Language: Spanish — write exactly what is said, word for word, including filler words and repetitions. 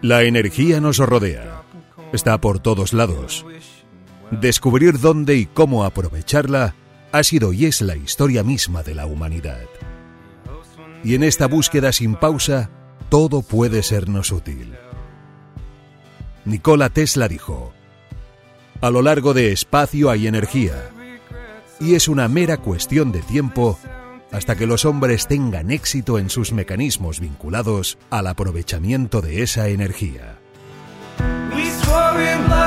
La energía nos rodea. Está por todos lados. Descubrir dónde y cómo aprovecharla ha sido y es la historia misma de la humanidad. Y en esta búsqueda sin pausa, todo puede sernos útil. Nikola Tesla dijo: a lo largo de espacio hay energía, y es una mera cuestión de tiempo hasta que los hombres tengan éxito en sus mecanismos vinculados al aprovechamiento de esa energía. We swore in love.